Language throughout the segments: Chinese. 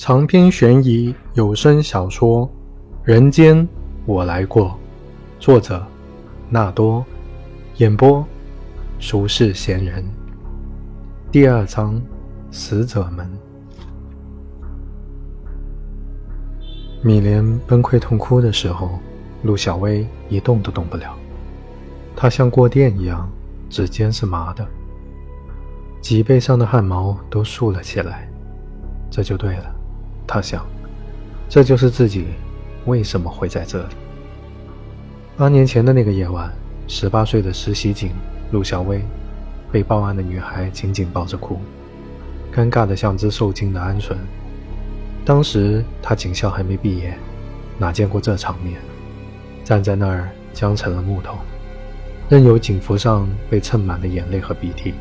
长篇悬疑有声小说《人间我来过》，作者纳多，演播俗世闲人。第二章，死者们。米莲崩溃痛哭的时候，陆小薇一动都动不了，她像过电一样，指尖是麻的，脊背上的汗毛都竖了起来。这就对了，他想，这就是自己为什么会在这里。8年前的那个夜晚，18岁的实习警陆小薇被报案的女孩紧紧抱着哭，尴尬得像只受惊的鹌鹑。当时她警校还没毕业，哪见过这场面，站在那儿僵成了木头，任由警服上被蹭满了眼泪和鼻涕。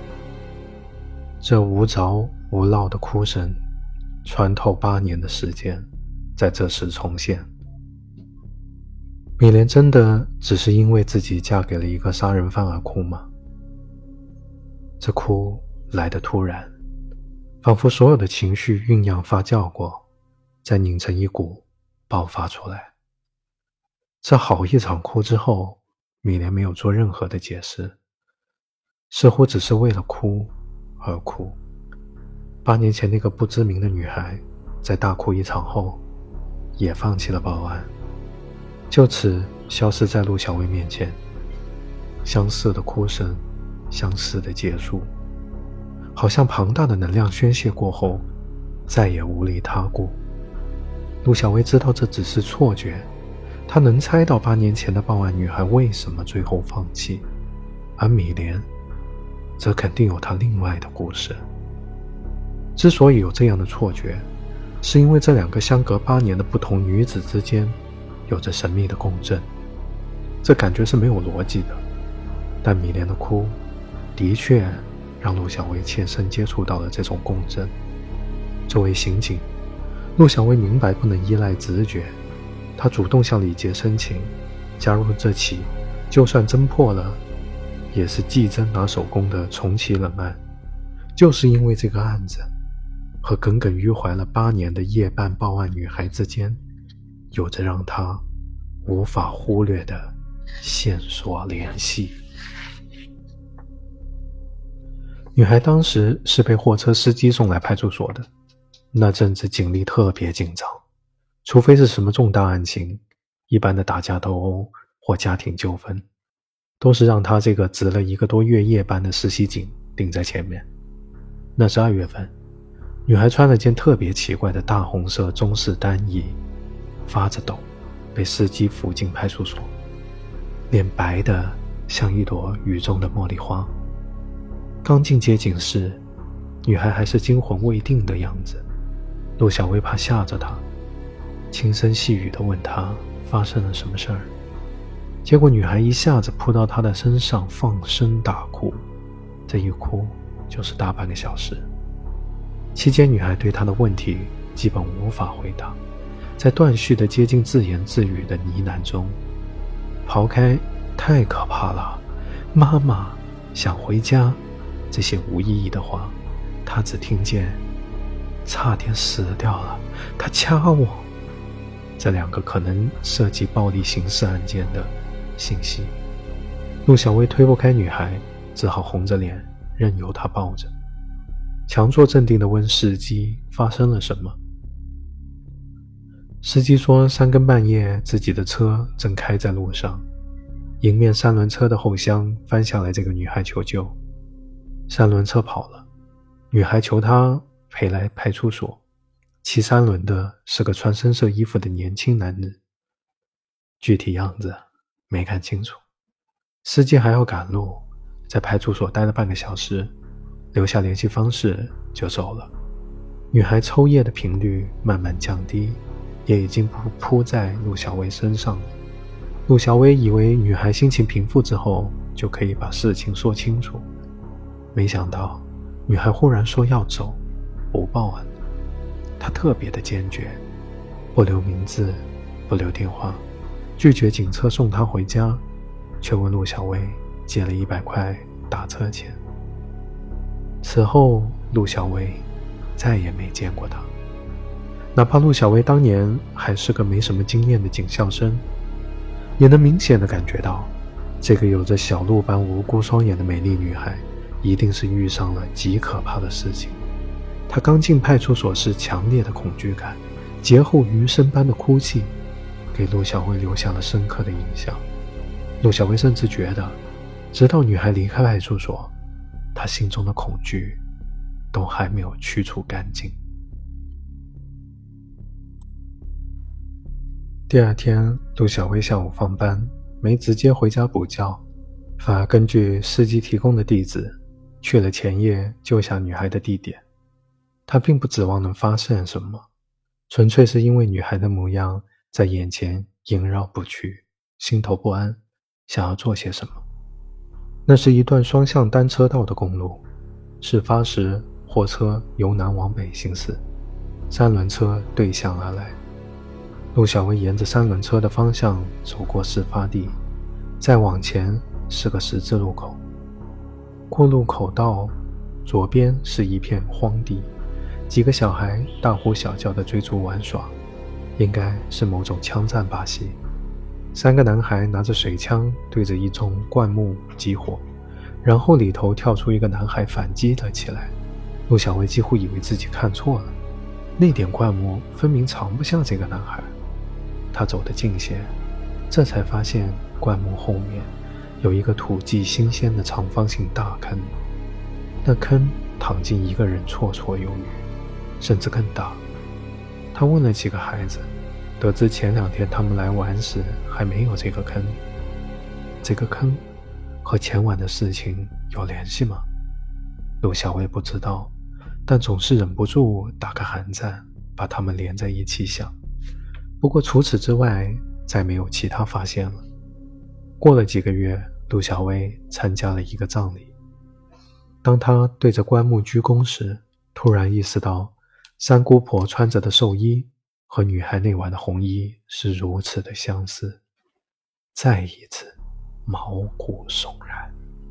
这无着无落的哭声穿透8年的时间，在这时重现。米莲真的只是因为自己嫁给了一个杀人犯而哭吗？这哭来得突然，仿佛所有的情绪酝酿发酵过，再拧成一股爆发出来。这好一场哭之后，米莲没有做任何的解释，似乎只是为了哭而哭。8年前那个不知名的女孩在大哭一场后也放弃了报案，就此消失在陆小薇面前。相似的哭声，相似的结束，好像庞大的能量宣泄过后再也无力他顾。陆小薇知道这只是错觉，她能猜到8年前的报案女孩为什么最后放弃，而米莲则肯定有她另外的故事。之所以有这样的错觉，是因为这2个相隔8年的不同女子之间有着神秘的共振，这感觉是没有逻辑的。但米莲的哭的确让陆小薇切身接触到了这种共振。作为刑警，陆小薇明白不能依赖直觉，她主动向李杰申请加入这起就算侦破了也是技侦拿手工的重启冷案。就是因为这个案子和耿耿于怀了8年的夜半报案女孩之间有着让她无法忽略的线索联系。女孩当时是被货车司机送来派出所的，那阵子警力特别紧张，除非是什么重大案情，一般的打架斗殴或家庭纠纷都是让她这个值了1个多月夜班的实习警顶在前面。那是2月份，女孩穿了件特别奇怪的大红色中式单衣，发着抖被司机扶进派出所，脸白的像一朵雨中的茉莉花。刚进接警室，女孩还是惊魂未定的样子。陆小薇怕吓着她，轻声细语地问她发生了什么事儿。结果女孩一下子扑到她的身上，放声大哭，这一哭就是大半个小时。期间女孩对她的问题基本无法回答，在断续的接近自言自语的呢喃中，刨开太可怕了，妈妈想回家这些无意义的话，她只听见差点死掉了，他掐我，这2个可能涉及暴力刑事案件的信息。陆小薇推不开女孩，只好红着脸任由她抱着，强作镇定地问司机发生了什么。司机说3更半夜自己的车正开在路上，迎面3轮车的后厢翻下来这个女孩求救，3轮车跑了，女孩求他陪来派出所。骑3轮的是个穿深色衣服的年轻男人，具体样子没看清楚。司机还要赶路，在派出所待了半个小时，留下联系方式就走了。女孩抽噎的频率慢慢降低，也已经扑在陆小薇身上了。陆小薇以为女孩心情平复之后就可以把事情说清楚，没想到女孩忽然说要走，不报案。她特别的坚决，不留名字，不留电话，拒绝警车送她回家，却问陆小薇借了100块打车钱。此后陆小薇再也没见过她。 哪怕陆小薇当年还是个没什么经验的警校生，也能明显地感觉到，这个有着小鹿般无辜双眼的美丽女孩一定是遇上了极可怕的事情。她刚进派出所时强烈的恐惧感，劫后余生般的哭泣，给陆小薇留下了深刻的印象。陆小薇甚至觉得，直到女孩离开派出所，她心中的恐惧都还没有驱除干净。第二天，陆小薇下午放班，没直接回家补觉，反而根据司机提供的地址，去了前夜救下女孩的地点。她并不指望能发现什么，纯粹是因为女孩的模样在眼前萦绕不去，心头不安，想要做些什么。那是一段双向单车道的公路，事发时货车由南往北行驶，三轮车对向而来。陆小薇沿着三轮车的方向走过事发地，再往前是个十字路口。过路口道左边是一片荒地，几个小孩大呼小叫地追逐玩耍，应该是某种枪战把戏。三个男孩拿着水枪对着一丛灌木击火，然后里头跳出一个男孩反击了起来。陆小薇几乎以为自己看错了，那点灌木分明藏不下这个男孩。他走得近些，这才发现灌木后面有一个土迹新鲜的长方形大坑，那坑躺进一个人绰绰有余，甚至更大。他问了几个孩子，得知前2天他们来玩时还没有这个坑。这个坑和前晚的事情有联系吗？陆小薇不知道，但总是忍不住打个寒战，把它们连在一起想。不过除此之外，再没有其他发现了。过了几个月，陆小薇参加了一个葬礼。当她对着棺木鞠躬时，突然意识到三姑婆穿着的寿衣和女孩那晚的红衣是如此的相似，再一次毛骨悚然。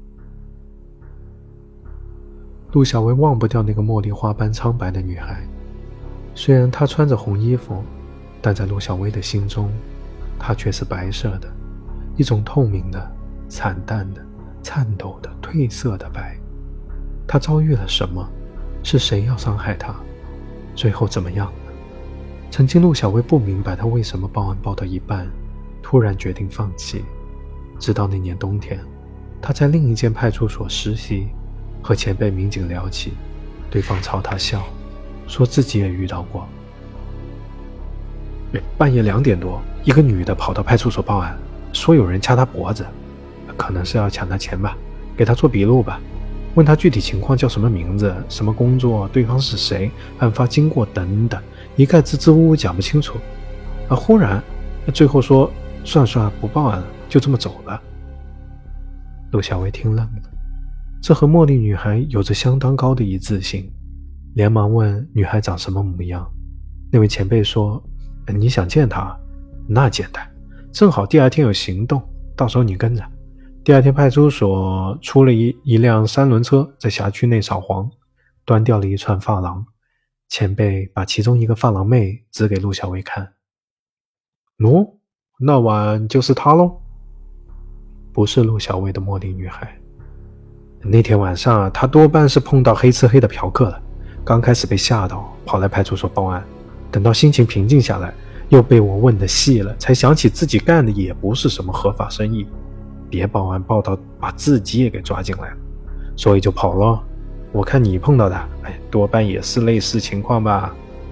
陆小薇忘不掉那个茉莉花般苍白的女孩，虽然她穿着红衣服，但在陆小薇的心中，她却是白色的，一种透明的、惨淡的、颤抖的、褪色的白。她遭遇了什么？是谁要伤害她？最后怎么样呢？曾经陆小薇不明白她为什么报案报到一半，突然决定放弃。直到那年冬天，她在另一间派出所实习，和前辈民警聊起，对方朝她笑，说自己也遇到过。半夜2点多，一个女的跑到派出所报案，说有人掐她脖子，可能是要抢她钱吧，给她做笔录吧，问她具体情况叫什么名字、什么工作、对方是谁、案发经过等等，一概支支吾吾讲不清楚。忽然最后说算不报案了，就这么走了。陆小薇听愣了，这和茉莉女孩有着相当高的一致性，连忙问女孩长什么模样。那位前辈说，你想见她？那简单，正好第2天有行动，到时候你跟着。第2天派出所出了一辆3轮车，在辖区内扫黄，端掉了一串发廊。前辈把其中一个发廊妹指给陆小薇看。喏，那晚就是她咯。不是陆小薇的茉莉女孩。那天晚上她多半是碰到黑吃黑的嫖客了，刚开始被吓到，跑来派出所报案，等到心情平静下来，又被我问得细了，才想起自己干的也不是什么合法生意，别报案报到把自己也给抓进来了，所以就跑了。我看你碰到的，多半也是类似情况吧。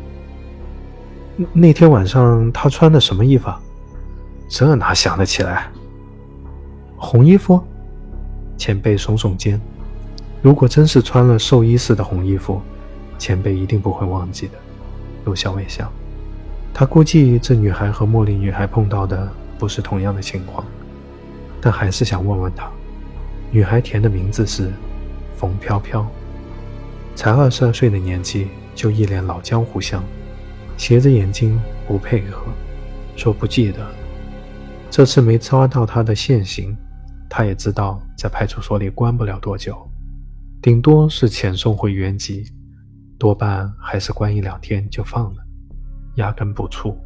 那天晚上他穿的什么衣服？这哪想得起来？红衣服？前辈耸耸肩。如果真是穿了寿衣似的红衣服，前辈一定不会忘记的。陆小薇想，他估计这女孩和茉莉女孩碰到的不是同样的情况，但还是想问问她。女孩填的名字是冯飘飘，才22岁的年纪就一脸老江湖相，斜着眼睛不配合，说不记得。这次没抓到她的现行，她也知道在派出所里关不了多久，顶多是遣送回原籍，多半还是关1-2天就放了。 压根不触。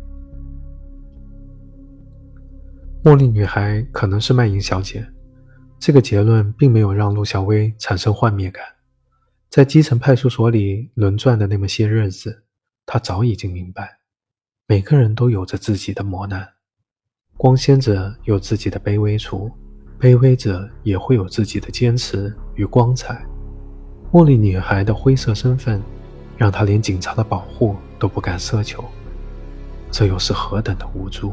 茉莉女孩可能是卖淫小姐，这个结论并没有让陆小薇产生幻灭感。在基层派出所里轮转的那么些日子，她早已经明白，每个人都有着自己的磨难，光鲜者有自己的卑微处，卑微者也会有自己的坚持与光彩。茉莉女孩的灰色身份让她连警察的保护都不敢奢求，这又是何等的无助。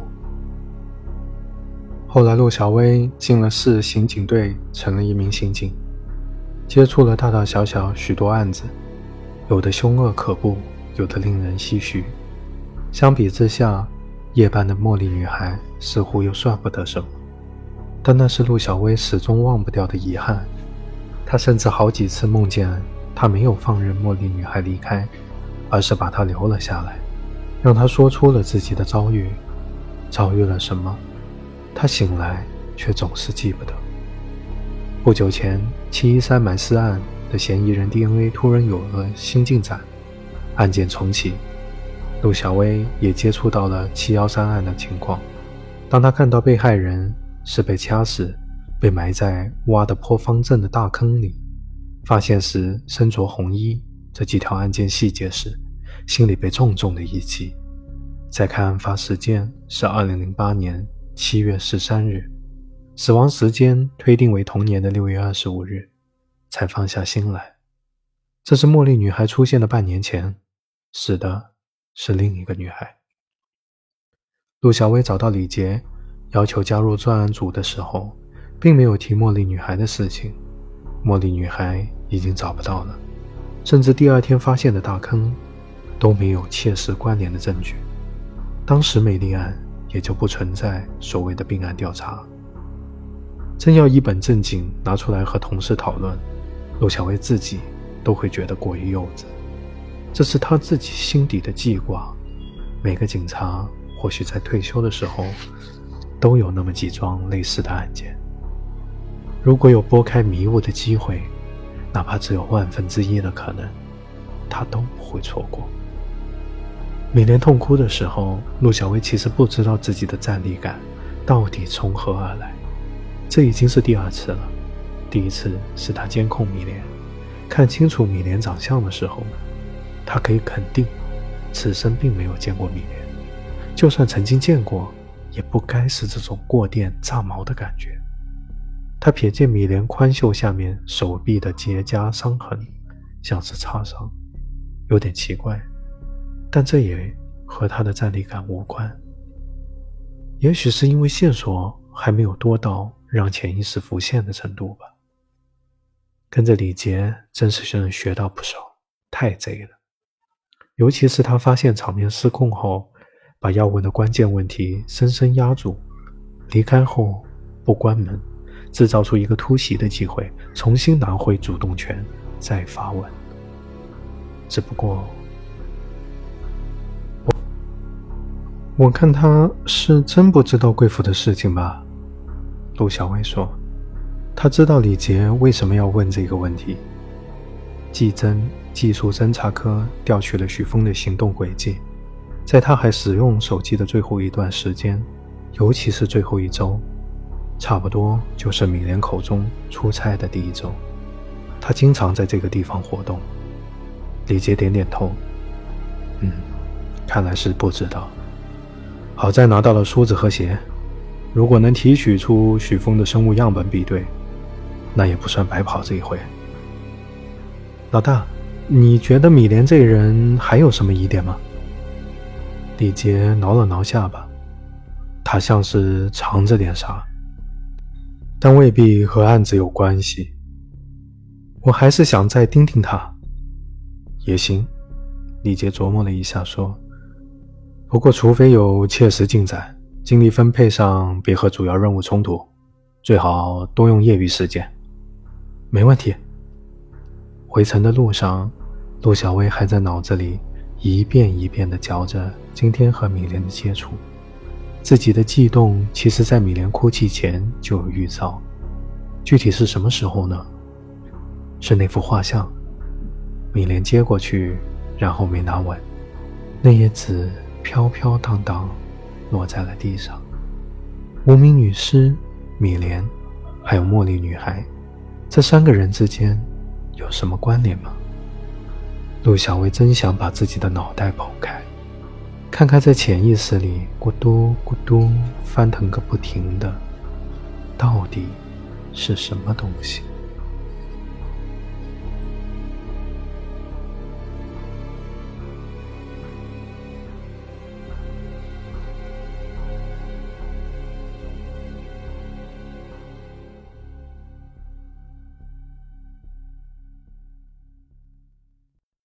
后来陆小薇进了市刑警队，成了一名刑警，接触了大大小小许多案子，有的凶恶可怖，有的令人唏嘘。相比之下，夜班的茉莉女孩似乎又算不得什么，但那是陆小薇始终忘不掉的遗憾。她甚至好几次梦见她没有放任茉莉女孩离开，而是把她留了下来，让她说出了自己的遭遇。遭遇了什么，她醒来却总是记不得。不久前713埋尸案的嫌疑人 DNA 突然有了新进展，案件重启，陆小薇也接触到了713案的情况。当她看到被害人是被掐死，被埋在挖的破方阵的大坑里，发现时身着红衣这几条案件细节时，心里被重重的一击。再看案发时间是2008年7月13日，死亡时间推定为同年的6月25日，才放下心来。这是茉莉女孩出现的半年前，死的是另一个女孩。陆小薇找到李杰，要求加入专案组的时候，并没有提茉莉女孩的事情。茉莉女孩已经找不到了，甚至第二天发现的大坑都没有切实关联的证据。当时美丽案也就不存在所谓的并案调查。真要一本正经拿出来和同事讨论，陆小薇自己都会觉得过于幼稚。这是她自己心底的记挂。每个警察或许在退休的时候都有那么几桩类似的案件，如果有拨开迷雾的机会，哪怕只有1/1000的可能，他都不会错过。美莲痛哭的时候，陆小薇其实不知道自己的战力感到底从何而来。这已经是第二次了。第一次是他监控米莲，看清楚米莲长相的时候，他可以肯定此生并没有见过米莲，就算曾经见过，也不该是这种过电炸毛的感觉。他瞥见米莲宽袖下面手臂的结痂伤痕，像是擦伤，有点奇怪，但这也和他的战力感无关。也许是因为线索还没有多到让潜意识浮现的程度吧。跟着李杰真是能学到不少，太贼了。尤其是他发现场面失控后，把要问的关键问题深深压住，离开后不关门，制造出一个突袭的机会，重新拿回主动权，再发问。只不过我看他是真不知道贵府的事情吧。陆小薇说，他知道李杰为什么要问这个问题。技术侦查科调取了许峰的行动轨迹，在他还使用手机的最后一段时间，尤其是最后一周，差不多就是米莲口中出差的第一周，他经常在这个地方活动。李杰点点头，看来是不知道。好在拿到了梳子和鞋，如果能提取出许峰的生物样本比对，那也不算白跑这一回。老大，你觉得米莲这人还有什么疑点吗？李杰挠了挠下巴，他像是藏着点啥，但未必和案子有关系。我还是想再盯盯他。也行，李杰琢磨了一下说，不过除非有切实进展，精力分配上别和主要任务冲突，最好多用业余时间。没问题。回程的路上，陆小薇还在脑子里一遍一遍地嚼着今天和米莲的接触。自己的悸动其实在米莲哭泣前就有预兆，具体是什么时候呢？是那幅画像，米莲接过去然后没拿稳，那页纸飘飘荡荡落在了地上。无名女尸、米莲还有茉莉女孩，这3个人之间有什么关联吗？陆小薇真想把自己的脑袋剖开，看看在潜意识里咕嘟咕嘟翻腾个不停的，到底是什么东西。